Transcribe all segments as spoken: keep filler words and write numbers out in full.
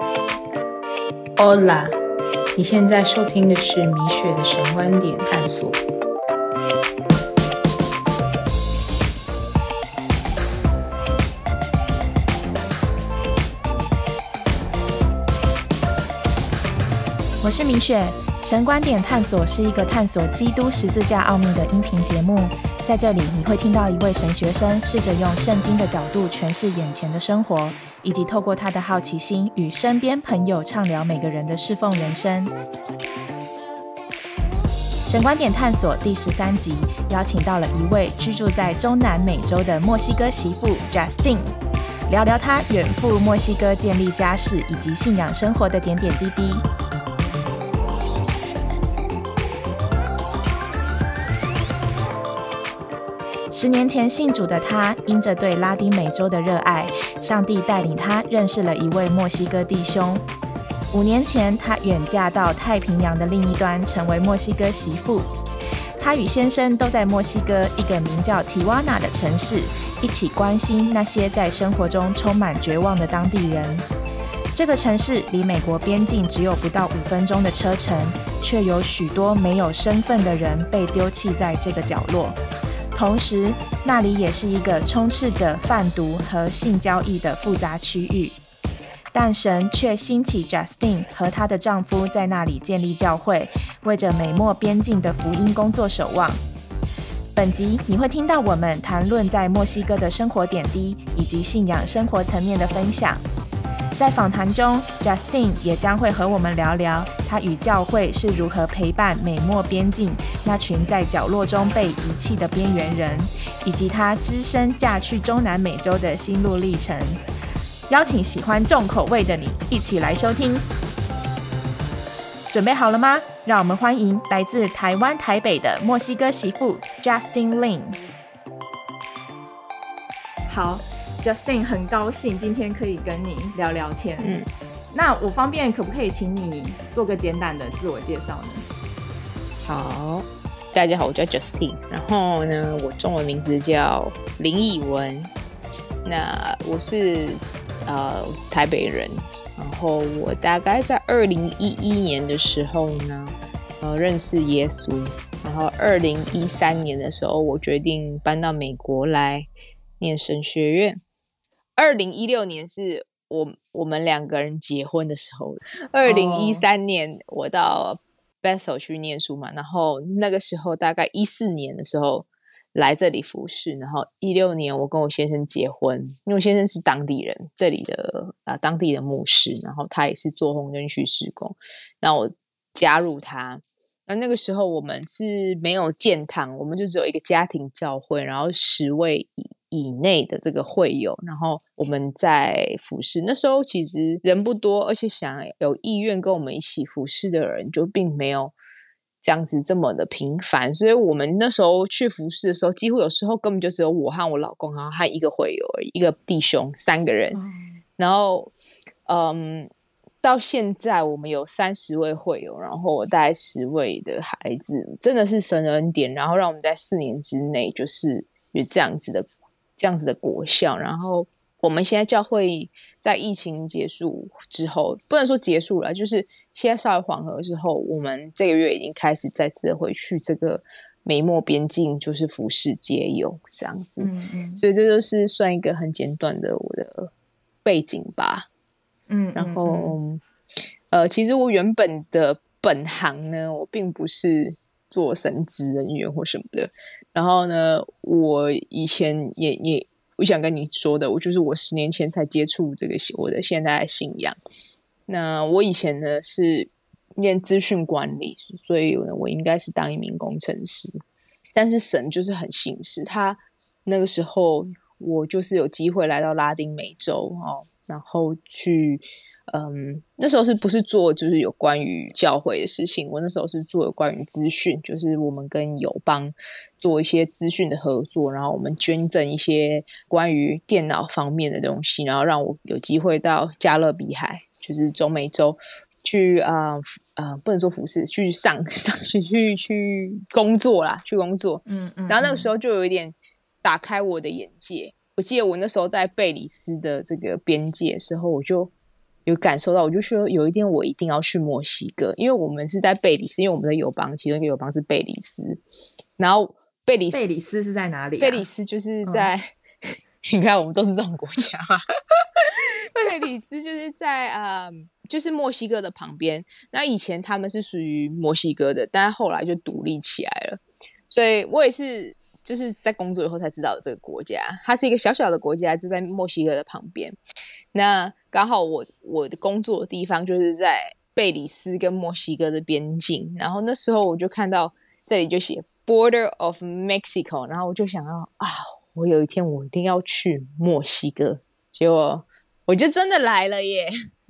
Hola， 你现在收听的是米雪的神观点探索。 我是米雪，神观点探索是一个探索基督十字架奥秘的音频节目。在这里，你会听到一位神学生试着用圣经的角度诠释眼前的生活，以及透过他的好奇心与身边朋友畅聊每个人的侍奉人生。神观点探索第十三集邀请到了一位居住在中南美洲的墨西哥媳妇 Justine， 聊聊她远赴墨西哥建立家室以及信仰生活的点点滴滴。十年前信主的他，因着对拉丁美洲的热爱，上帝带领他认识了一位墨西哥弟兄。五年前，他远嫁到太平洋的另一端，成为墨西哥媳妇。他与先生都在墨西哥一个名叫提瓦纳的城市，一起关心那些在生活中充满绝望的当地人。这个城市离美国边境只有不到五分钟的车程，却有许多没有身份的人被丢弃在这个角落。同时，那里也是一个充斥着贩毒和性交易的复杂区域，但神却兴起 Justine 和她的丈夫在那里建立教会，为着美墨边境的福音工作守望。本集你会听到我们谈论在墨西哥的生活点滴，以及信仰生活层面的分享。在访谈中 Justine 也将会和我们聊聊她与教会是如何陪伴美墨边境那群在角落中被遗弃的边缘人，以及她只身嫁去中南美洲的心路历程。邀请喜欢重口味的你一起来收听。准备好了吗？让我们欢迎来自台湾台北的墨西哥媳妇 Justine Lin。 好，Justine 很高兴今天可以跟你聊聊天。嗯，那我方便可不可以请你做个简短的自我介绍呢？ 好，大家好，我叫 Justine， 然后呢，我中文名字叫林以文。那我是呃台北人，然后我大概在二零一一年的时候呢，呃认识耶稣，然后二零一三年的时候，我决定搬到美国来念神学院。二零一六年是我我们两个人结婚的时候，二零一三年我到 Bethel 去念书嘛，然后那个时候大概一四年的时候来这里服侍，然后一六年我跟我先生结婚，因为我先生是当地人，这里的、呃、当地的牧师，然后他也是做红灯区事工，那我加入他。那那个时候我们是没有建堂，我们就只有一个家庭教会，然后十位以以内的这个会友，然后我们在服侍。那时候其实人不多，而且想有意愿跟我们一起服侍的人就并没有这样子这么的频繁，所以我们那时候去服侍的时候，几乎有时候根本就只有我和我老公，然后和一个会友而已，一个弟兄，三个人。嗯、然后，嗯，到现在我们有三十位会友，然后我大概十位的孩子，真的是神的恩典，然后让我们在四年之内就是有这样子的这样子的果效。然后我们现在教会在疫情结束之后，不能说结束了，就是现在稍微缓和之后，我们这个月已经开始再次回去这个美墨边境，就是服侍街友这样子。嗯嗯，所以这就是算一个很简短的我的背景吧。嗯，然后嗯嗯呃，其实我原本的本行呢，我并不是做神职人员或什么的。然后呢，我以前也也我想跟你说的，我就是我十年前才接触这个我的现在的信仰。那我以前呢是念资讯管理，所以呢我应该是当一名工程师。但是神就是很信实，他那个时候我就是有机会来到拉丁美洲哦，然后去嗯，那时候是不是做就是有关于教会的事情？我那时候是做有关于资讯，就是我们跟友邦做一些资讯的合作，然后我们捐赠一些关于电脑方面的东西，然后让我有机会到加勒比海，就是中美洲去呃呃，不能说服侍，去上上去去去工作啦，去工作。嗯嗯。然后那个时候就有一点打开我的眼界。我记得我那时候在贝里斯的这个边界的时候，我就有感受到，我就说有一天我一定要去墨西哥，因为我们是在贝里斯，因为我们的友邦其中一个友邦是贝里斯，然后贝里斯贝里斯是在哪里、啊？ 贝里斯就是在、嗯、你看我们都是这种国家嘛贝里斯就是在、嗯、就是墨西哥的旁边，那以前他们是属于墨西哥的，但是后来就独立起来了，所以我也是就是在工作以后才知道的这个国家，它是一个小小的国家，就在墨西哥的旁边。那刚好我我的工作的地方就是在贝里斯跟墨西哥的边境，然后那时候我就看到这里就写 Border of Mexico， 然后我就想到啊，我有一天我一定要去墨西哥，结果我就真的来了耶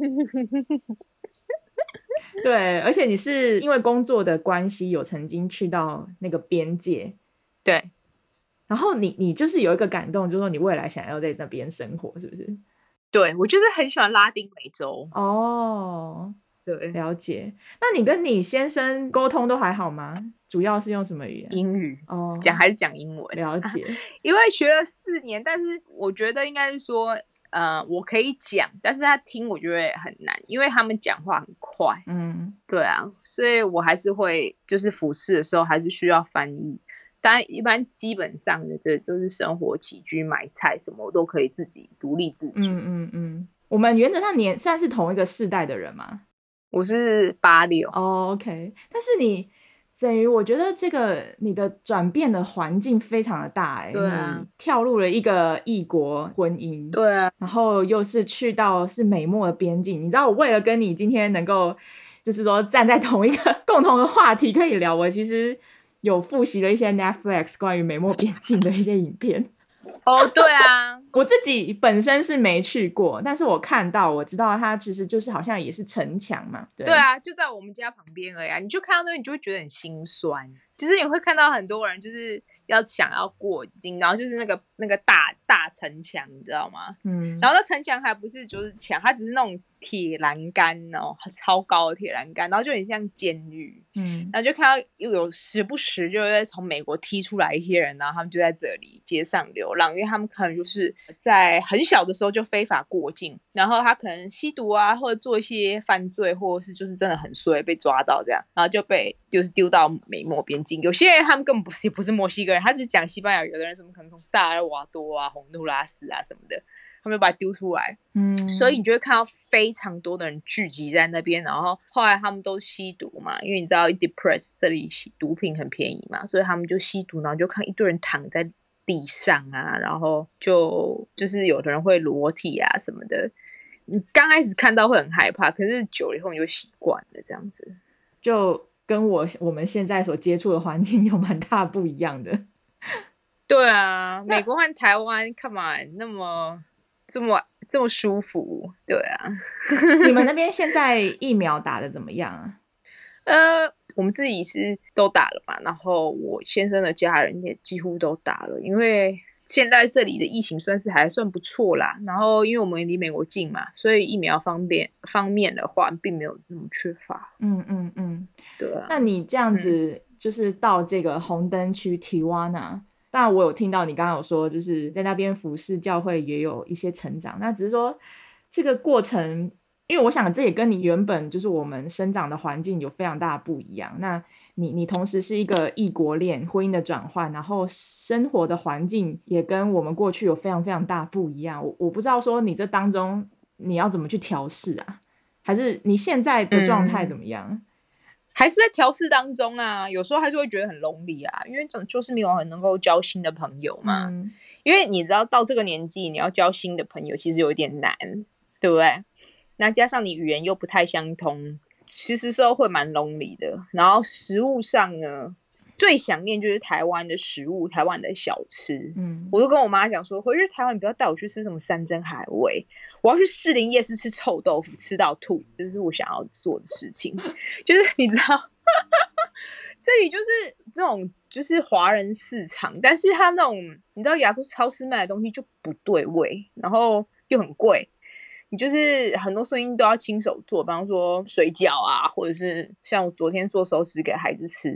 对，而且你是因为工作的关系有曾经去到那个边界， 对， 然后你你就是有一个感动，就是说你未来想要在那边生活，是不是？ 对，我就是很喜欢拉丁美洲。 哦， 对， 了解。那你跟你先生沟通都还好吗？主要是用什么语言？ 英语。 哦， 讲还是讲英文？ 了解。 因为学了四年，但是我觉得应该是说呃，我可以讲，但是他听我觉得很难，因为他们讲话很快。 嗯， 对啊，所以我还是会就是服侍的时候还是需要翻译。当然一般基本上的这就是生活起居买菜什么我都可以自己独立自主。 嗯嗯嗯。我们原则上年算是同一个世代的人吗？ 我是八六。 哦 OK， 但是你等于我觉得这个你的转变的环境非常的大。欸， 对啊， 你跳入了一个异国婚姻。 对啊， 然后又是去到是美墨的边境，你知道我为了跟你今天能够就是说站在同一个共同的话题可以聊，我其实有复习了一些 Netflix 关于美墨边境的一些影片。 哦，对啊， 我自己本身是没去过，但是我看到我知道它其实就是好像也是城墙嘛。 对, 对啊，就在我们家旁边而已啊，你就看到那边你就会觉得很心酸，就是你会看到很多人就是要想要过境，然后就是那个那个大大城墙你知道吗？嗯，然后那城墙还不是就是墙，它只是那种铁栏杆哦，超高的铁栏杆，然后就很像监狱。嗯，然后就看到又有时不时就会从美国踢出来一些人，然后他们就在这里街上流浪，因为他们可能就是在很小的时候就非法过境，然后他可能吸毒啊，或者做一些犯罪，或者是就是真的很衰被抓到这样，然后就被就是丢到美墨边境。有些人他们根本不是也不是墨西哥人，他只是讲西班牙语，有的人什么可能从萨尔瓦多啊、洪都拉斯啊什么的，他们就把它丢出来。嗯，所以你就会看到非常多的人聚集在那边，然后后来他们都吸毒嘛，因为你知道 depress 这里毒品很便宜嘛，所以他们就吸毒，然后就看一堆人躺在地上啊，然后就就是有的人会裸体啊什么的。你刚开始看到会很害怕，可是久了以后你就习惯了，这样子就跟我我们现在所接触的环境有蛮大不一样的。 对啊，美国和台湾干嘛那么这么这么舒服？对啊你们那边现在疫苗打的怎么样啊？ 呃，我们自己是都打了嘛，然后我先生的家人也几乎都打了，因为现在这里的疫情算是还算不错啦，然后因为我们离美国近嘛，所以疫苗方面方面的话并没有那么缺乏。嗯嗯嗯，对啊。 那你这样子就是到这个红灯区 Tijuana， 当然我有听到你刚刚有说就是在那边服侍教会也有一些成长，那只是说这个过程，因为我想这也跟你原本就是我们生长的环境有非常大的不一样，那你你同时是一个异国恋婚姻的转换，然后生活的环境也跟我们过去有非常非常大不一样。 我, 我不知道说你这当中你要怎么去调试啊，还是你现在的状态怎么样？嗯， 还是在调试当中啊，有时候还是会觉得很 lonely 啊，因为就是没有很能够交新的朋友嘛。嗯，因为你知道到这个年纪你要交新的朋友其实有一点难，对不对？那加上你语言又不太相通，其实时候会蛮 lonely 的。然后食物上呢，最想念就是台湾的食物，台湾的小吃。嗯，我就跟我妈讲说，回去台湾不要带我去吃什么山珍海味，我要去士林夜市吃臭豆腐，吃到吐，这是我想要做的事情。就是你知道，这里就是这种就是华人市场，但是他那种你知道亚洲超市卖的东西就不对味，然后又很贵。你就是很多声音都要亲手做，比方说水饺啊，或者是像我昨天做熟食给孩子吃，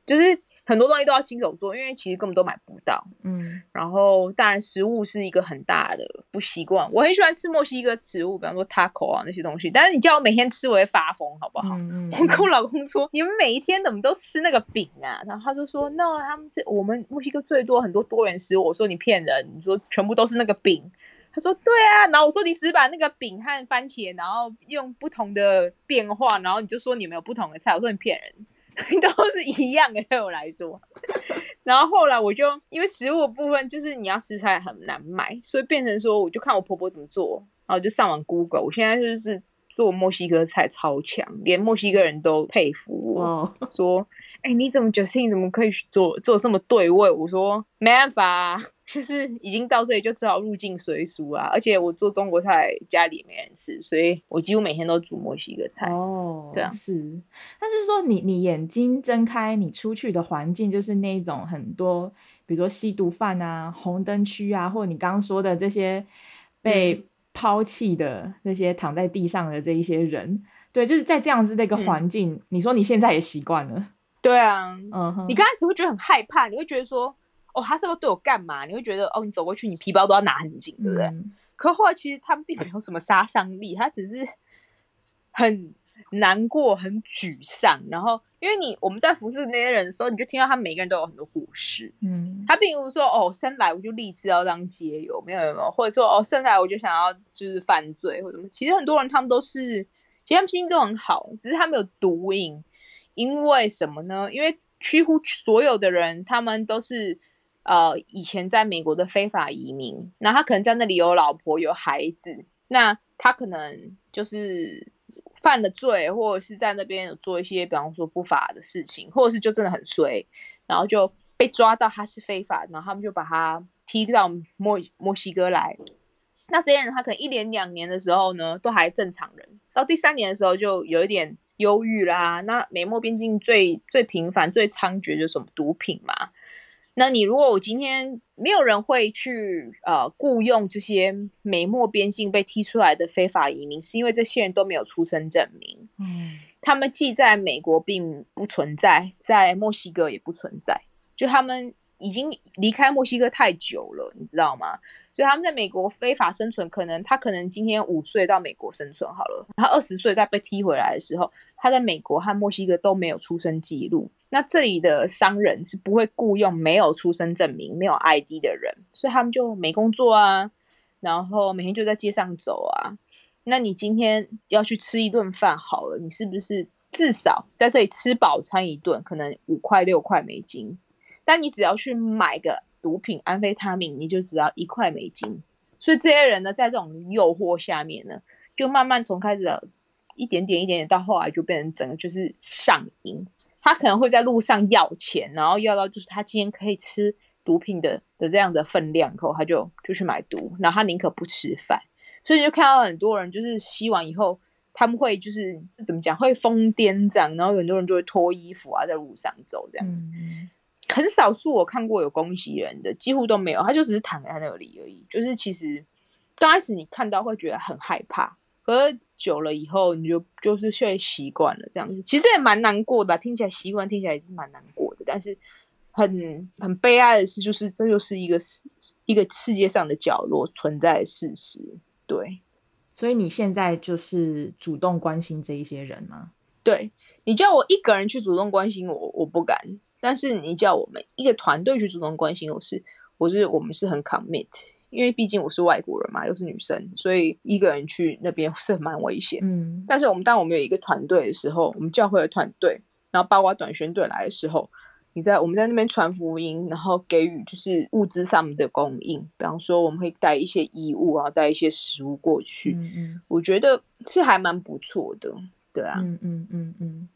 就是很多东西都要亲手做，因为其实根本都买不到。 嗯， 然后当然食物是一个很大的不习惯，我很喜欢吃墨西哥食物，比方说 taco 啊那些东西，但是你叫我每天吃我会发疯好不好？嗯嗯嗯，我跟我老公说你们每一天怎么都吃那个饼啊，然后他就说 no 他们这我们墨西哥最多很多多元食物，我说你骗人，你说全部都是那个饼，他说对啊，然后我说你只是把那个饼和番茄然后用不同的变化，然后你就说你们有不同的菜，我说你骗人都是一样的对我来说。然后后来我就因为食物的部分就是你要食材很难买，所以变成说我就看我婆婆怎么做，然后我就上网 Google， 我现在就是做墨西哥菜超强，连墨西哥人都佩服我、wow. 说哎、欸，你怎么 Justine 怎么可以做做这么对味，我说没办法啊，就是已经到这里就只好入境随俗啊，而且我做中国菜家里也没人吃，所以我几乎每天都煮墨西哥菜哦， 这样是。但是说你你眼睛睁开，你出去的环境就是那一种很多比如说吸毒犯啊、红灯区啊，或者你刚刚说的这些被抛弃的这些躺在地上的这一些人，对，就是在这样子的一个环境、嗯、你说你现在也习惯了。 对啊， 嗯哼， 你刚开始会觉得很害怕，你会觉得说哦，他是不是对我干嘛？你会觉得哦，你走过去，你皮包都要拿很紧，对不对？嗯、可后来其实他们并没有什么杀伤力，他只是很难过、很沮丧。然后，因为你我们在服侍那些人的时候，你就听到他们每个人都有很多故事。嗯，他并不是说哦，生来我就立志要当街友，没有没有，或者说哦，生来我就想要就是犯罪或者什么。其实很多人他们都是，其实他们心情都很好，只是他们有毒瘾。因为什么呢？因为几乎所有的人，他们都是呃以前在美国的非法移民，那他可能在那里有老婆有孩子，那他可能就是犯了罪，或者是在那边有做一些比方说不法的事情，或者是就真的很衰，然后就被抓到他是非法，然后他们就把他踢到墨墨西哥来。那这些人他可能一年两年的时候呢都还正常人，到第三年的时候就有一点忧郁啦。那美墨边境最最频繁最猖獗就是什么毒品嘛。那你如果我今天没有人会去呃雇用这些美墨边境被踢出来的非法移民，是因为这些人都没有出生证明。嗯，他们既在美国并不存在，在墨西哥也不存在，就他们已经离开墨西哥太久了，你知道吗？所以他们在美国非法生存，可能他可能今天五岁到美国生存好了，他二十岁再被踢回来的时候，他在美国和墨西哥都没有出生记录。那这里的商人是不会雇用没有出生证明、没有 I D 的人，所以他们就没工作啊，然后每天就在街上走啊。那你今天要去吃一顿饭好了，你是不是至少在这里吃饱餐一顿，可能五块六块美金？但你只要去买个毒品安非他命，你就只要一块美金。所以这些人呢，在这种诱惑下面呢，就慢慢从开始一点点一点点到后来就变成整个就是上瘾。他可能会在路上要钱，然后要到就是他今天可以吃毒品的的这样的分量后，他就就去买毒，然后他宁可不吃饭。所以就看到很多人就是吸完以后，他们会就是怎么讲，会疯癫这样，然后很多人就会脱衣服啊，在路上走这样子。嗯，很少数我看过有攻击人的，几乎都没有，他就只是躺在那里而已。就是其实刚开始你看到会觉得很害怕，可是久了以后你就就是会习惯了这样子。其实也蛮难过的、啊、听起来习惯听起来也是蛮难过的，但是很很悲哀的是，就是这就是一个一个世界上的角落存在的事实。对， 所以你现在就是主动关心这一些人吗？ 对，你叫我一个人去主动关心我，我不敢。但是你叫我们一个团队去主动关心我是，我是我们是很 commit， 因为毕竟我是外国人嘛，又是女生，所以一个人去那边是蛮危险。嗯，但是我们当我们有一个团队的时候，我们教会的团队，然后包括短宣队来的时候，你在我们在那边传福音，然后给予就是物资上面的供应，比方说我们会带一些衣物啊，带一些食物过去。嗯嗯，我觉得是还蛮不错的。对啊， 嗯嗯嗯嗯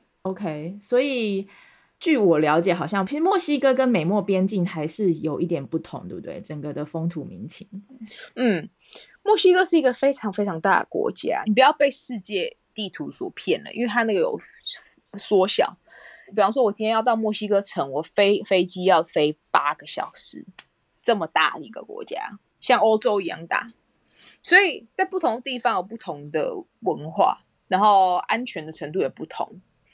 ，OK， 所以。据我了解，好像其实墨西哥跟美墨边境还是有一点不同，对不对？整个的风土民情。 嗯，墨西哥是一个非常非常大的国家，你不要被世界地图所骗了，因为它那个有缩小。比方说，我今天要到墨西哥城，我飞飞机要飞八个小时，这么大一个国家，像欧洲一样大，所以在不同的地方有不同的文化，然后安全的程度也不同。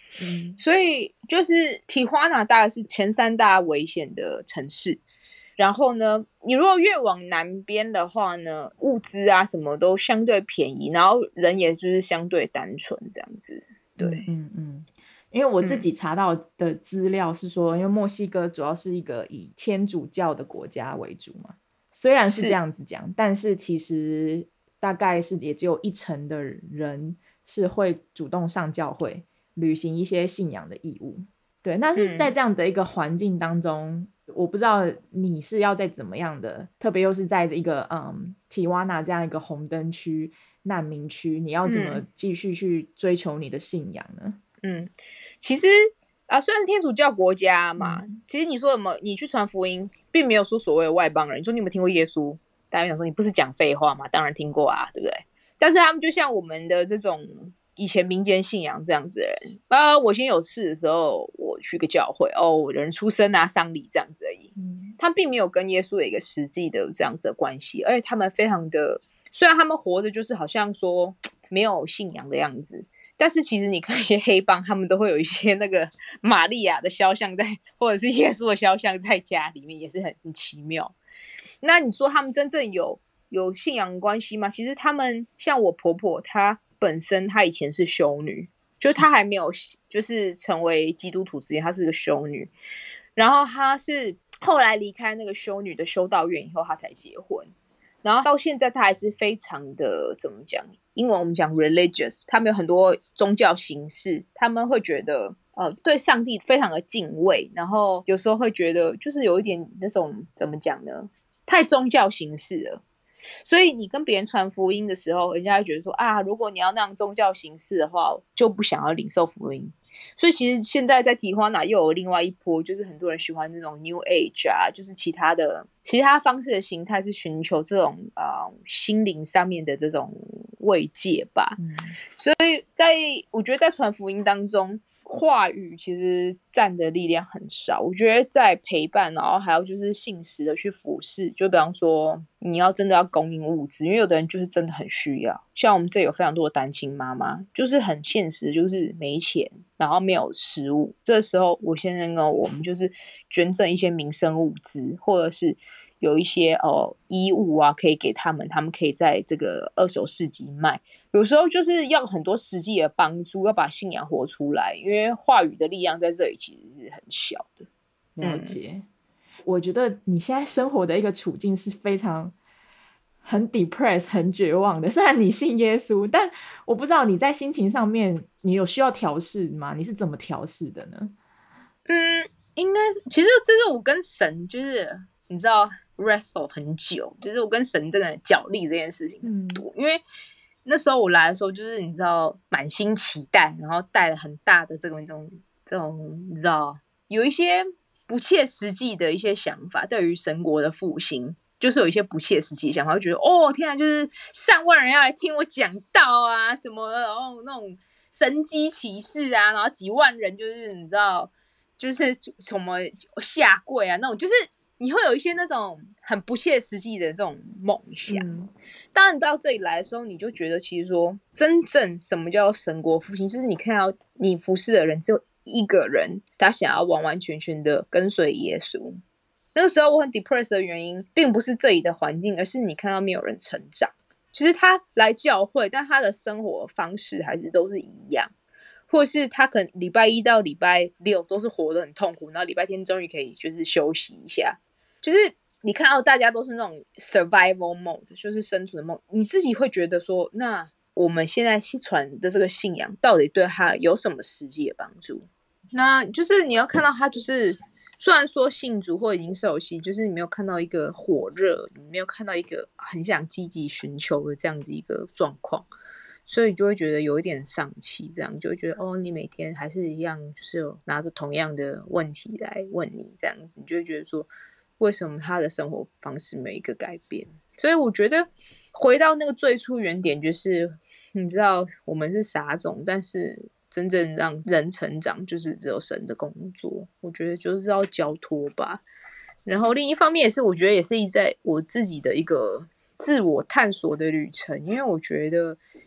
嗯，所以就是提花纳大概是前三大危险的城市。然后呢，你如果越往南边的话呢，物资啊什么都相对便宜，然后人也就是相对单纯这样子。对， 嗯嗯嗯。因为我自己查到的资料是说，因为墨西哥主要是一个以天主教的国家为主嘛，虽然是这样子讲，但是其实大概是也只有一成的人是会主动上教会履行一些信仰的义务。对，那是在这样的一个环境当中、嗯、我不知道你是要在怎么样的，特别又是在一个嗯提瓦纳这样一个红灯区难民区，你要怎么继续去追求你的信仰呢？ 嗯，其实啊，虽然是天主教国家嘛、嗯、其实你说有没有你去传福音并没有说所谓的外邦人，你说你有没有听过耶稣，大家想说你不是讲废话吗？当然听过啊，对不对？但是他们就像我们的这种以前民间信仰这样子的人，啊，我先有事的时候我去个教会，哦，人出生啊丧礼这样子而已、嗯、他并没有跟耶稣有一个实际的这样子的关系，而且他们非常的，虽然他们活的就是好像说没有信仰的样子，但是其实你看一些黑帮，他们都会有一些那个玛利亚的肖像在，或者是耶稣的肖像在家里面，也是 很, 很奇妙。那你说他们真正有有信仰关系吗？其实他们像我婆婆，她本身她以前是修女，就她还没有就是成为基督徒之前，她是个修女，然后她是后来离开那个修女的修道院以后，她才结婚。然后到现在他还是非常的怎么讲，英文我们讲 religious， 他们有很多宗教形式，他们会觉得呃对上帝非常的敬畏，然后有时候会觉得就是有一点那种怎么讲呢，太宗教形式了。所以你跟别人传福音的时候，人家会觉得说啊，如果你要那样宗教形式的话，就不想要领受福音。所以其实现在在提花纳又有另外一波，就是很多人喜欢那种 New Age 啊，就是其他的其他方式的形态，是寻求这种、呃、心灵上面的这种慰藉吧、嗯、所以在我觉得在传福音当中，话语其实占的力量很少，我觉得在陪伴，然后还有就是信实的去服侍，就比方说你要真的要供应物资，因为有的人就是真的很需要，像我们这有非常多的单亲妈妈，就是很现实，就是没钱然后没有食物，这时候我先生呢，我们就是捐赠一些民生物资，或者是有一些哦衣物啊可以给他们，他们可以在这个二手市集卖，有时候就是要很多实际的帮助，要把信仰活出来，因为话语的力量在这里其实是很小的。 了解、嗯、我觉得你现在生活的一个处境是非常很 depressed 很绝望的，虽然你信耶稣，但我不知道你在心情上面你有需要调试吗？你是怎么调试的呢？ 嗯，应该其实这是我跟神就是你知道 wrestle 很久，就是我跟神这个角力这件事情很多、嗯、因为那时候我来的时候就是你知道满心期待，然后带了很大的这种这种这种你知道有一些不切实际的一些想法，对于神国的复兴就是有一些不切实际的想法，会觉得哦天啊，就是上万人要来听我讲道啊什么的，然后那种神迹奇事啊，然后几万人就是你知道就是什么下跪啊那种，就是你会有一些那种很不切实际的这种梦想、嗯、当然到这里来的时候，你就觉得其实说真正什么叫神国复兴，就是你看到你服侍的人只有一个人他想要完完全全的跟随耶稣。那个时候我很 depressed 的原因并不是这里的环境，而是你看到没有人成长，其实他来教会但他的生活方式还是都是一样，或是他可能礼拜一到礼拜六都是活得很痛苦，然后礼拜天终于可以就是休息一下，就是你看到大家都是那种 survival mode， 就是生存的 mode， 你自己会觉得说那我们现在传的这个信仰到底对他有什么实际的帮助？那就是你要看到他就是虽然说信主或已经受洗，就是你没有看到一个火热，你没有看到一个很想积极寻求的这样子一个状况，所以就会觉得有一点丧气，这样就会觉得哦，你每天还是一样，就是有拿着同样的问题来问你，这样子你就会觉得说为什么他的生活方式没有一个改变。所以我觉得回到那个最初原点，就是你知道我们是撒种，但是真正让人成长就是只有神的工作，我觉得就是要交托吧。然后另一方面也是我觉得也是在我自己的一个自我探索的旅程，因为我觉得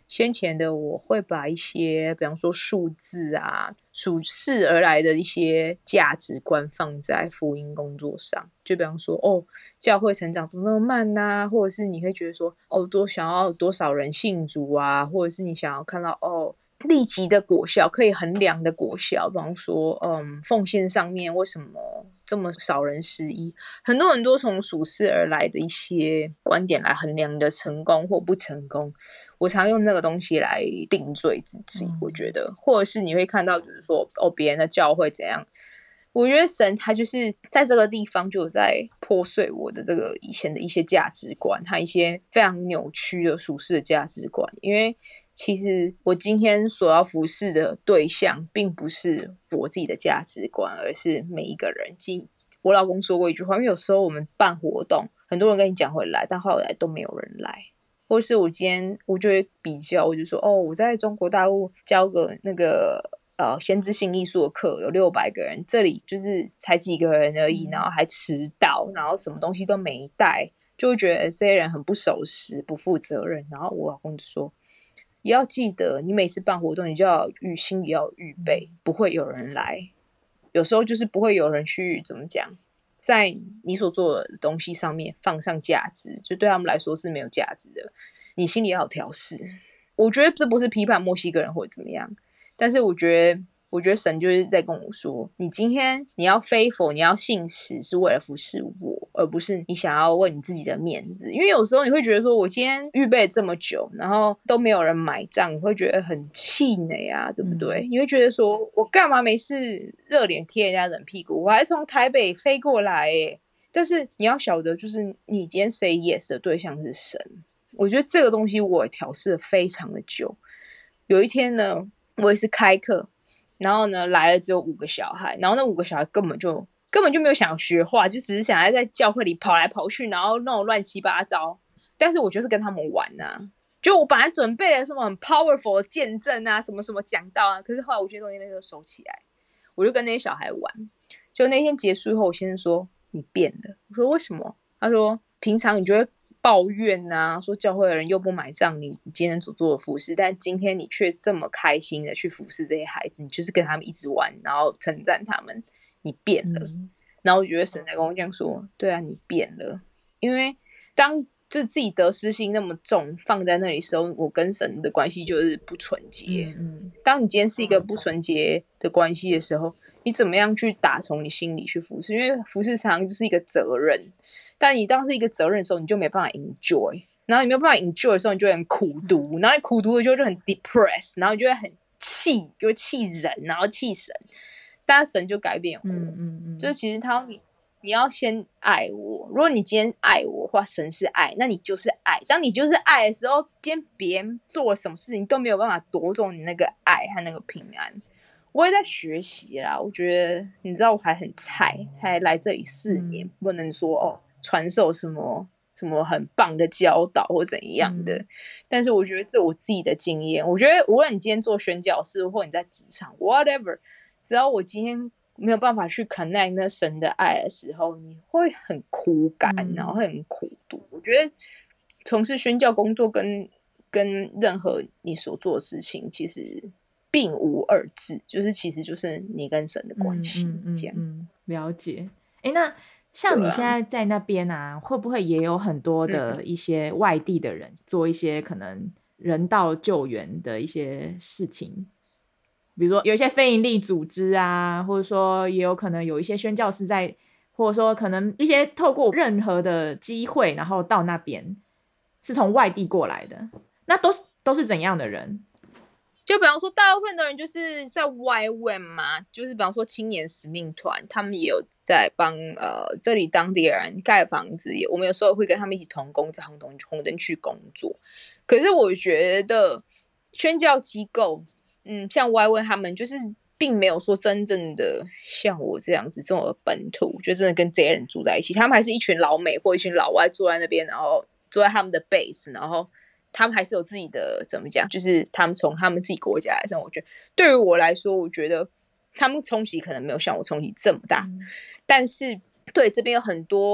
先前的我会把一些比方说数字啊属世而来的一些价值观放在福音工作上，就比方说哦教会成长怎么那么慢啊，或者是你会觉得说哦多想要多少人信主啊，或者是你想要看到哦立即的果效，可以衡量的果效，比方说嗯奉献上面为什么这么少人失忆，很多很多从属世而来的一些观点来衡量的成功或不成功，我常用那个东西来定罪自己、嗯、我觉得，或者是你会看到就是说哦别人的教会怎样，我觉得神他就是在这个地方就有在破碎我的这个以前的一些价值观，他一些非常扭曲的属世的价值观，因为其实我今天所要服侍的对象并不是我自己的价值观，而是每一个人。我老公说过一句话，因为有时候我们办活动很多人跟你讲会来，但后来都没有人来，或是我今天我就会比较，我就说哦我在中国大陆教个那个呃先知性艺术的课有六百个人，这里就是才几个人而已，然后还迟到，然后什么东西都没带，就会觉得这些人很不守时不负责任。然后我老公就说也要记得你每次办活动你就要预心里要预备不会有人来，有时候就是不会有人去怎么讲在你所做的东西上面放上价值，就对他们来说是没有价值的，你心里要有调试。我觉得这不是批判墨西哥人或者怎么样，但是我觉得我觉得神就是在跟我说，你今天你要faithful，你要信实是为了服侍我，而不是你想要为你自己的面子。因为有时候你会觉得说我今天预备这么久然后都没有人买账，你会觉得很气馁啊，对不对、嗯、你会觉得说我干嘛没事热脸贴人家冷屁股，我还从台北飞过来耶。但是你要晓得就是你今天 say yes 的对象是神，我觉得这个东西我也调试了非常的久。有一天呢我也是开课，然后呢来了只有五个小孩，然后那五个小孩根本就根本就没有想学话，就只是想要在教会里跑来跑去，然后弄乱七八糟。但是我就是跟他们玩啊，就我本来准备了什么很 powerful 的见证啊，什么什么讲道啊，可是后来我觉得东西那个收起来，我就跟那些小孩玩。就那天结束以后，我先生说你变了，我说为什么？他说平常你就会抱怨啊，说教会的人又不买账你今天所做的服事，但今天你却这么开心的去服事这些孩子，你就是跟他们一直玩，然后称赞他们，你变了、嗯、然后我觉得神在跟我这样说，对啊你变了。因为当就自己得失心那么重放在那里的时候，我跟神的关系就是不纯洁、嗯嗯、当你今天是一个不纯洁的关系的时候，你怎么样去打从你心里去服事？因为服事常常就是一个责任，但你当是一个责任的时候你就没办法 enjoy， 然后你没有办法 enjoy 的时候你就会很苦读，然后你苦读的时候就很 depressed， 然后你就会很气，就会气人，然后气神。但是神就改变我、嗯嗯嗯、就是其实他你你要先爱我，如果你今天爱我的话，神是爱，那你就是爱。当你就是爱的时候，今天别人做了什么事情都没有办法夺走你那个爱和那个平安。我也在学习啦，我觉得你知道我还很菜，才来这里四年、嗯、不能说哦传授什么什么很棒的教导或怎样的、嗯、但是我觉得这我自己的经验，我觉得无论你今天做宣教士或你在职场 whatever， 只要我今天没有办法去 connect 那神的爱的时候，你会很枯干、嗯、然后会很苦读。我觉得从事宣教工作跟跟任何你所做的事情其实并无二致，就是其实就是你跟神的关系、嗯嗯、这样、嗯、 了解。诶，那像你现在在那边啊，啊会不会也有很多的一些外地的人、嗯、做一些可能人道救援的一些事情，比如说有一些非营利组织啊，或者说也有可能有一些宣教士在，或者说可能一些透过任何的机会然后到那边是从外地过来的，那都是都是怎样的人？ 就比方说大部分的人就是在 Y W A M 嘛，就是比方说青年使命团，他们也有在帮呃这里当地人盖房子，我们有时候会跟他们一起同工在红灯区工作。可是我觉得宣教机构嗯，像 Y W A M 他们就是并没有说真正的像我这样子这种本土，就真的跟这些人住在一起，他们还是一群老美或一群老外坐在那边，然后坐在他们的 base， 然后他们还是有自己的怎么讲，就是他们从他们自己国家来上，我觉得对于我来说，我觉得他们冲击可能没有像我冲击这么大、嗯、但是对这边有很多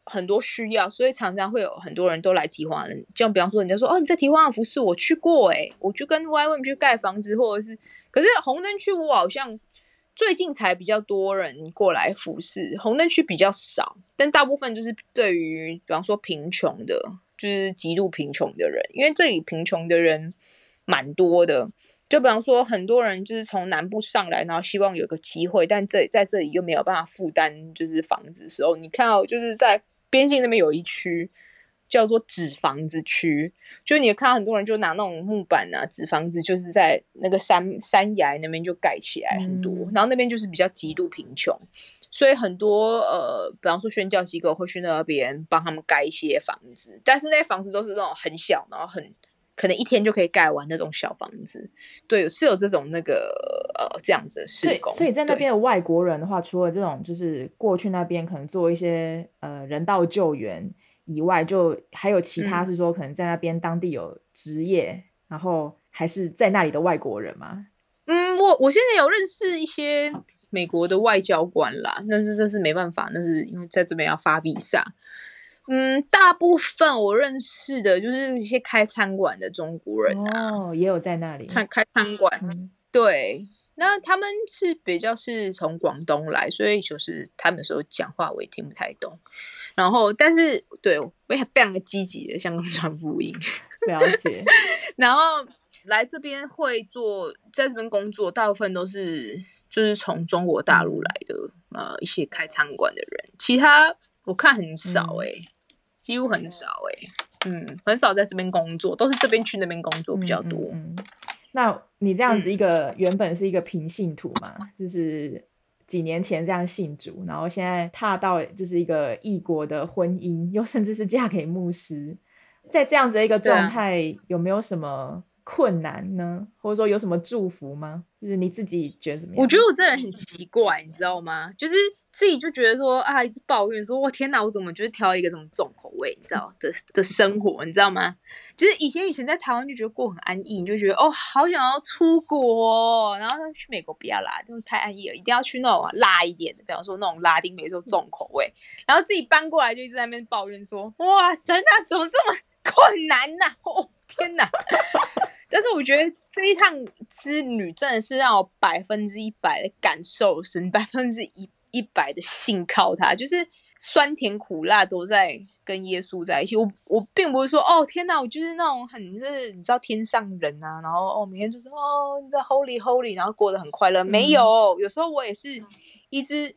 很多需要，所以常常会有很多人都来提华人。就比方说，人家说哦，你在提华服饰，我去过哎、欸，我就跟 Y M 去盖房子，或者是，可是红灯区我好像最近才比较多人过来服饰，红灯区比较少，但大部分就是对于比方说贫穷的，就是极度贫穷的人，因为这里贫穷的人蛮多的。就比方说，很多人就是从南部上来，然后希望有个机会，但这在这里又没有办法负担就是房子的时候，你看到就是在边境那边有一区叫做纸房子区，就你看到很多人就拿那种木板啊纸房子，就是在那个山山崖那边就盖起来很多，嗯、然后那边就是比较极度贫穷，所以很多呃，比方说宣教机构会去那边帮他们盖一些房子，但是那些房子都是那种很小，然后很。可能一天就可以盖完那种小房子，对，是有这种那个呃这样子的施工。 所以在那边的外国人的话，除了这种就是过去那边可能做一些呃人道救援以外，就还有其他是说可能在那边当地有职业、嗯、然后还是在那里的外国人吗？ 嗯，我我现在有认识一些美国的外交官啦，但是这是没办法，那是因为在这边要发 visa。嗯，大部分我认识的就是一些开餐馆的中国人啊， 哦，也有在那里开餐馆、嗯，对，那他们是比较是从广东来，所以就是他们有时候讲话我也听不太懂，然后但是对我也非常的积极的向传福音， 了解， 然后来这边会做，在这边工作，大部分都是就是从中国大陆来的、嗯、呃一些开餐馆的人，其他我看很少哎、欸。嗯几乎很少哎、欸，嗯，很少在这边工作，都是这边去那边工作比较多。 嗯嗯嗯、那你这样子一个、嗯、原本是一个平信徒嘛，就是几年前这样信主，然后现在踏到就是一个异国的婚姻，又甚至是嫁给牧师，在这样子的一个状态、啊，有没有什么困难呢？或者说有什么祝福吗？就是你自己觉得怎么样？ 我觉得我这人很奇怪，你知道吗？就是自己就觉得说啊，一直抱怨说，哇天哪，我怎么就是挑一个这么重口味，你知道的的生活，你知道吗？就是以前以前在台湾就觉得过很安逸，你就觉得哦，好想要出国哦，然后去美国不要啦，就太安逸了，一定要去那种、啊、辣一点的，比方说那种拉丁美洲重口味，然后自己搬过来就一直在那边抱怨说，哇神啊，怎么这么困难呐、啊？哦天哪！但是我觉得这一趟之旅真的是让我百分之一百的感受是百分之一一百的信靠他，就是酸甜苦辣都在跟耶稣在一起。我我并不是说哦天哪，我就是那种很就是你知道天上人啊，然后哦每天就是哦你知道 holy holy， 然后过得很快乐。没有，有时候我也是一直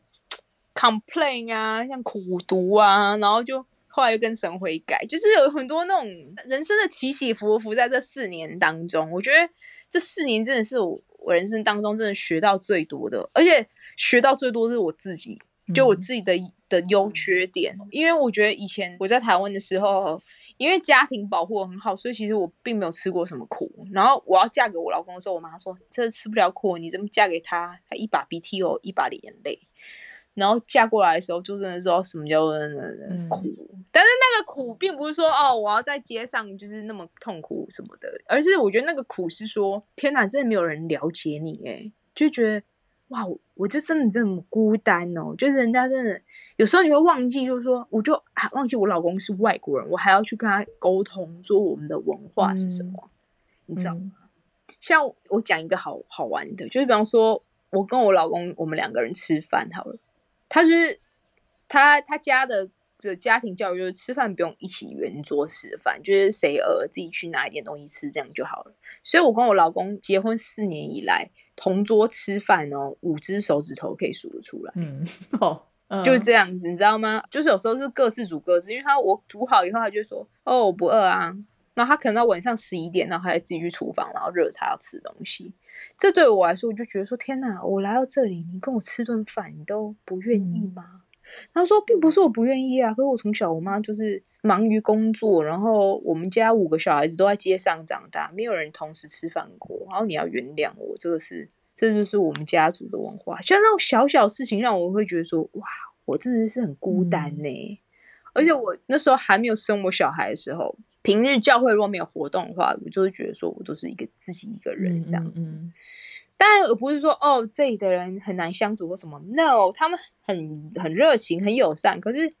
complain 啊，像苦读啊，然后就。后来又跟神悔改，就是有很多那种人生的起起伏伏，在这四年当中，我觉得这四年真的是我我人生当中真的学到最多的，而且学到最多的是我自己，就我自己的、嗯、的优缺点。因为我觉得以前我在台湾的时候，因为家庭保护很好，所以其实我并没有吃过什么苦。然后我要嫁给我老公的时候，我妈说：“这吃不了苦，你这么嫁给他，他一把鼻涕哦，一把的眼泪。”然后嫁过来的时候，就真的知道什么叫苦、嗯，但是那个苦并不是说哦，我要在街上就是那么痛苦什么的，而是我觉得那个苦是说，天哪，真的没有人了解你哎，就觉得哇，我就真的这么孤单哦，就是人家真的有时候你会忘记，就是说，我就啊忘记我老公是外国人，我还要去跟他沟通，说我们的文化是什么，嗯、你知道吗？嗯、像我讲一个好好玩的，就是比方说，我跟我老公，我们两个人吃饭好了。他就是他他家的这家庭教育就是吃饭不用一起圆桌吃饭，就是谁饿自己去拿一点东西吃这样就好了。所以我跟我老公结婚四年以来，同桌吃饭哦，五只手指头可以数得出来。嗯，哦，嗯、就是这样子，你知道吗？就是有时候是各自煮各自，因为他我煮好以后，他就说哦我不饿啊，然后他可能到晚上十一点，然后他还自己去厨房，然后热他要吃东西。这对我来说，我就觉得说天哪，我来到这里，你跟我吃顿饭，你都不愿意吗？嗯、他说并不是我不愿意啊，可是我从小我妈就是忙于工作，然后我们家五个小孩子都在街上长大，没有人同时吃饭过，然后你要原谅我，这个是这就是我们家族的文化。像那种小小事情，让我会觉得说哇，我真的是很孤单呢、欸。嗯、而且我那时候还没有生我小孩的时候。平日教会如果没有活动的话，我就会觉得说我都是一个自己一个人这样子。嗯嗯嗯、当然，我不是说哦这里的人很难相处或什么 ，no， 他们很很热情、很友善。可是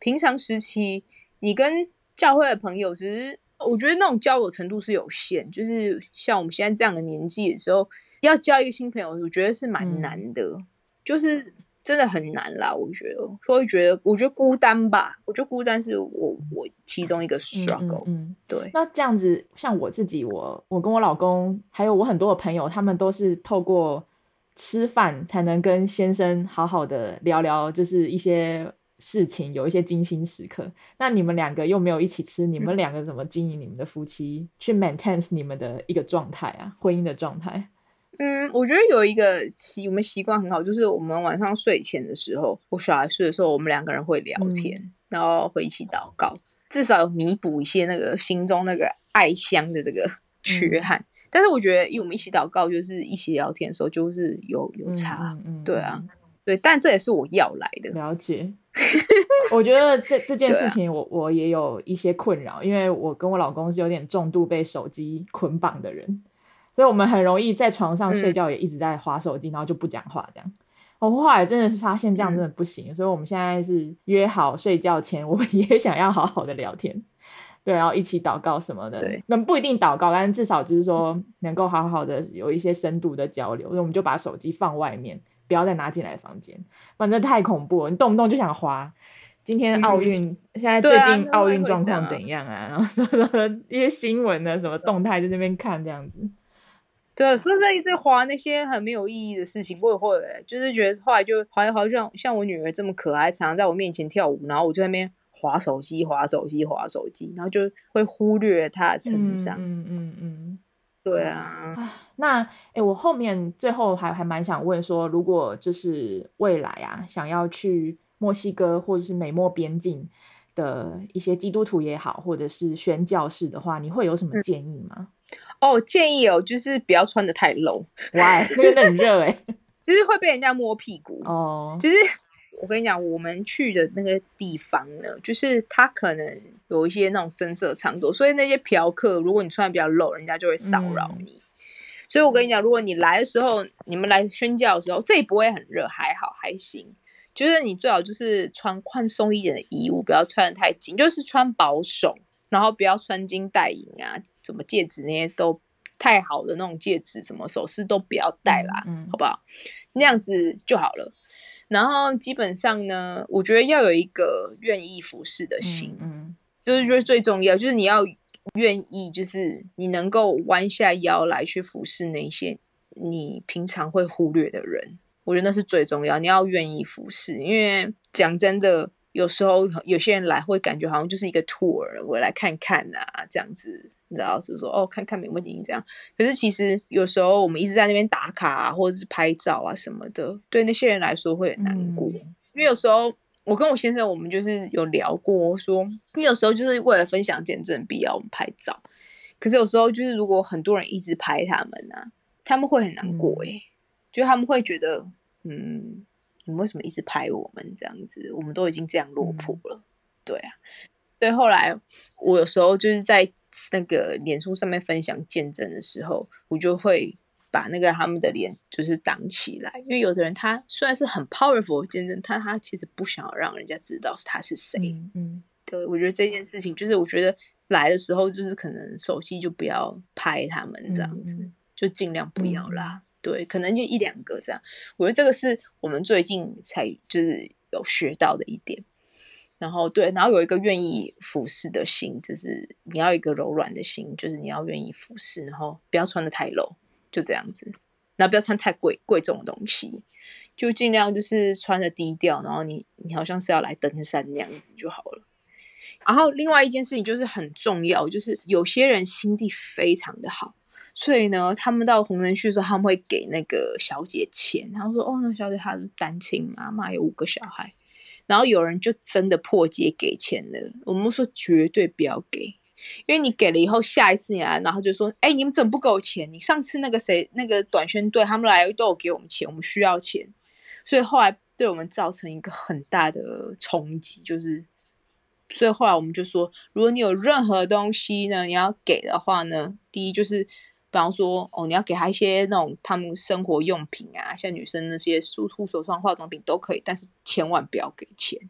平常时期你跟教会的朋友，只是我觉得那种交友程度是有限，就是像我们现在这样的年纪的时候，要交一个新朋友，我觉得是蛮难的，嗯、就是真的很难啦。我觉得，所以觉得，我觉得孤单吧，我觉得孤单是我我其中一个 struggle。嗯, 嗯, 嗯， 对。那这样子，像我自己，我我跟我老公，还有我很多的朋友，他们都是透过吃饭才能跟先生好好的聊聊，就是一些事情，有一些精心时刻。那你们两个又没有一起吃，你们两个怎么经营你们的夫妻，嗯、去 maintain 你们的一个状态啊，婚姻的状态？ 嗯，我觉得有一个习我们习惯很好，就是我们晚上睡前的时候，我小孩睡的时候，我们两个人会聊天，嗯、然后会一起祷告，至少有弥补一些那个心中那个爱乡的这个缺憾。嗯、但是我觉得，因为我们一起祷告，就是一起聊天的时候，就是有有差，嗯嗯嗯、对啊，对，但这也是我要来的。 了解。我觉得这这件事情我，我、啊、我也有一些困扰，因为我跟我老公是有点重度被手机捆绑的人。所以我们很容易在床上睡觉也一直在滑手机，嗯、然后就不讲话这样。我后来真的是发现这样真的不行，嗯、所以我们现在是约好睡觉前，我们也想要好好的聊天，对，然后一起祷告什么的。对，那不一定祷告，但至少就是说能够好好的有一些深度的交流。所以我们就把手机放外面，不要再拿进来房间，反正太恐怖了，你动不动就想滑。今天奥运、嗯、现在最近奥运状况怎样啊？然后什么一些新闻的什么动态在那边看这样子。 对，所以这一直滑那些很没有意义的事情，我也会、欸，就是觉得后来就滑一滑，像像我女儿这么可爱，常常在我面前跳舞，然后我就在那边滑手机、滑手机、滑手机，然后就会忽略她的成长。嗯嗯嗯，对啊。 那哎，我后面最后还还蛮想问说，如果就是未来啊，想要去墨西哥或者是美墨边境的一些基督徒也好，或者是宣教士的话，你会有什么建议吗？ 嗯哦，建议哦，就是不要穿得太露。 哇，那个很热哎、欸， 就是会被人家摸屁股。哦，就是我跟你讲，我们去的那个地方呢，就是它可能有一些那种声色场所，所以那些嫖客，如果你穿得比较露，人家就会骚扰你。嗯、所以我跟你讲，如果你来的时候，你们来宣教的时候，这也不会很热，还好还行。就是你最好就是穿宽松一点的衣物，不要穿得太紧，就是穿保守。然后不要穿金戴银啊，什么戒指那些都太好的那种戒指，什么首饰都不要戴啦，嗯嗯、好不好？那样子就好了。然后基本上呢，我觉得要有一个愿意服侍的心，嗯嗯、就是觉得最重要，就是你要愿意，就是你能够弯下腰来去服侍那些你平常会忽略的人，我觉得那是最重要。你要愿意服侍，因为讲真的。有时候有些人来会感觉好像就是一个 tour， 我来看看啊，这样子，你知道，是说哦看看没问题这样。可是其实有时候我们一直在那边打卡啊，或者是拍照啊什么的，对那些人来说会很难过。嗯、因为有时候我跟我先生我们就是有聊过说，因为有时候就是为了分享见证必要我们拍照，可是有时候就是如果很多人一直拍他们啊，他们会很难过诶、欸，嗯、就他们会觉得嗯。你们为什么一直拍我们这样子？我们都已经这样落魄了，嗯、对啊。所以后来我有时候就是在那个脸书上面分享见证的时候，我就会把那个他们的脸就是挡起来，因为有的人他虽然是很 powerful 的见证，但他其实不想要让人家知道他是谁。嗯嗯，对，我觉得这件事情就是我觉得来的时候就是可能手机就不要拍他们这样子，嗯、就尽量不要啦。嗯对，可能就一两个这样，我觉得这个是我们最近才就是有学到的一点。然后对，然后有一个愿意服侍的心，就是你要有一个柔软的心，就是你要愿意服侍，然后不要穿得太露，就这样子。然后不要穿太贵贵重的东西，就尽量就是穿得低调，然后你你好像是要来登山那样子就好了。然后另外一件事情就是很重要，就是有些人心地非常的好。所以呢，他们到红灯区的时候，他们会给那个小姐钱。然后说：“哦，那小姐她是单亲妈妈，有五个小孩。”然后有人就真的破戒给钱了。我们说绝对不要给，因为你给了以后，下一次你来，然后就说：“哎，你们怎么不给我钱？你上次那个谁，那个短宣队他们来都有给我们钱，我们需要钱。”所以后来对我们造成一个很大的冲击，就是，所以后来我们就说，如果你有任何东西呢，你要给的话呢，第一就是。比方说，哦，你要给他一些那种他们生活用品啊，像女生那些护手霜、化妆品都可以，但是千万不要给钱。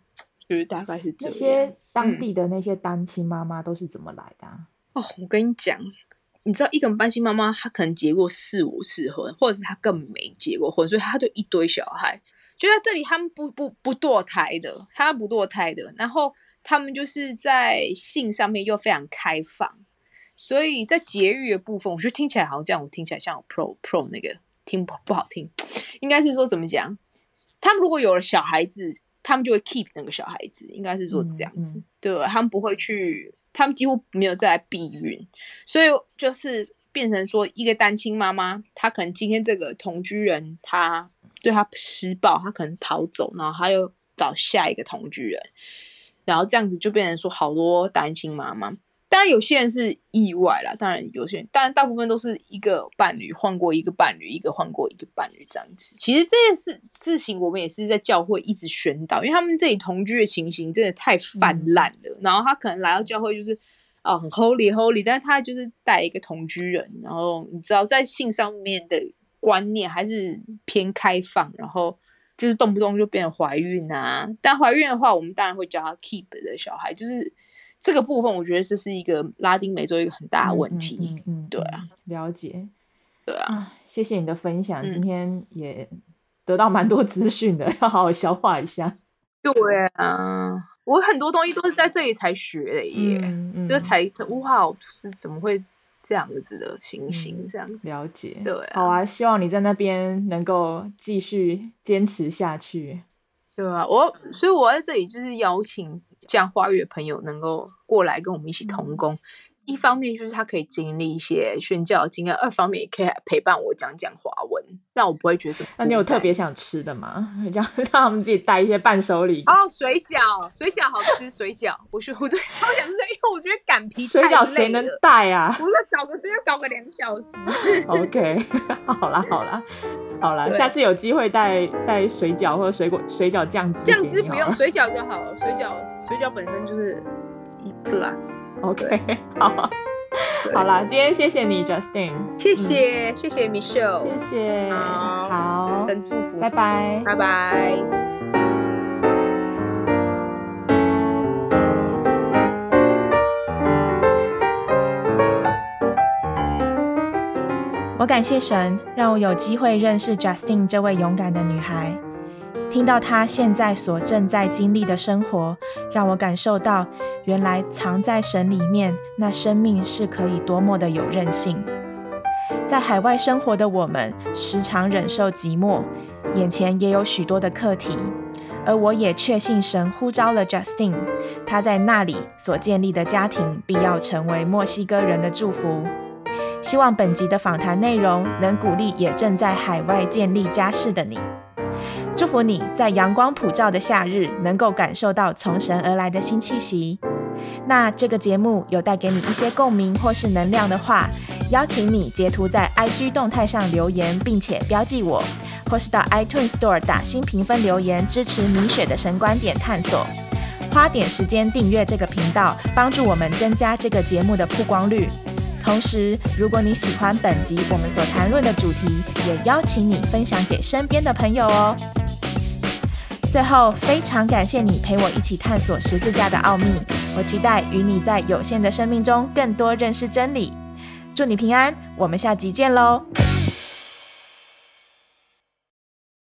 就是大概是这样。 那些当地的那些单亲妈妈都是怎么来的啊？ 嗯、哦，我跟你讲，你知道一个单亲妈妈，她可能结过四五次婚，或者是她根本没结过婚，所以她就一堆小孩。就在这里，他们不不不堕胎的，他们不堕胎的，然后他们就是在性上面又非常开放，所以在节育的部分，我觉得听起来好像这样，我听起来像有 pro pro 那个听不不好听，应该是说怎么讲？他们如果有了小孩子，他们就会 keep 那个小孩子，应该是说这样子，嗯嗯、对吧？他们不会去，他们几乎没有再来避孕，所以就是变成说一个单亲妈妈，她可能今天这个同居人，她对她施暴，她可能逃走，然后她又找下一个同居人，然后这样子就变成说好多单亲妈妈。当然有些人是意外啦，当然有些人，当然大部分都是一个伴侣换过一个伴侣，一个换过一个伴侣这样子。其实这件事事情我们也是在教会一直宣导，因为他们这里同居的情形真的太泛滥了、嗯、然后他可能来到教会就是哦很 holy holy， 但是他就是带一个同居人，然后你知道在性上面的观念还是偏开放，然后就是动不动就变成怀孕啊，但怀孕的话我们当然会教他 keep 的小孩，就是这个部分我觉得这是一个拉丁美洲一个很大的问题。嗯嗯嗯嗯、对啊， 了解。 对啊、 啊，谢谢你的分享、嗯、今天也得到蛮多资讯的，要好好消化一下。 对啊，我很多东西都是在这里才学的耶，嗯嗯、就才哇是怎么会这样子的情形、嗯、这样子。 了解。 对啊， 好啊，希望你在那边能够继续坚持下去。 对啊，我所以我在这里就是邀请讲华语的朋友能够过来跟我们一起同工、嗯、一方面就是他可以经历一些宣教的经验，二方面也可以陪伴我讲讲华文，让我不会觉得。 那你有特别想吃的吗？这样让他们自己带一些伴手礼。 哦，水饺，水饺好吃，水饺，我觉得我对超想吃，因为我觉得擀皮太累了。 水饺谁能带啊？ 我要搞个水饺搞个两小时。 OK， 好啦好啦好啦，下次有机会带带水饺或者水果水饺酱汁。 酱汁不用，水饺就好了。水饺水饺本身就是一 plus。OK， 好，好啦，今天谢谢你 ，Justine， 谢谢、嗯、谢谢 Michelle， 谢谢，好， 好，等祝福， 拜拜， 拜拜。 我感谢神，让我有机会认识 Justine 这位勇敢的女孩。听到她现在所正在经历的生活，让我感受到原来藏在神里面，那生命是可以多么的有韧性。在海外生活的我们，时常忍受寂寞，眼前也有许多的课题，而我也确信神呼召了 Justine， 她在那里所建立的家庭必要成为墨西哥人的祝福。希望本集的访谈内容能鼓励也正在海外建立家室的你。祝福你在阳光普照的夏日能够感受到从神而来的新气息。那这个节目有带给你一些共鸣或是能量的话，邀请你截图在 I G 动态上留言并且标记我，或是到 iTunes Store 打新评分留言支持米雪的神观点探索。花点时间订阅这个频道，帮助我们增加这个节目的曝光率。同时，如果你喜欢本集我们所谈论的主题，也邀请你分享给身边的朋友哦。最后，非常感谢你陪我一起探索十字架的奥秘，我期待与你在有限的生命中更多认识真理。祝你平安，我们下集见喽。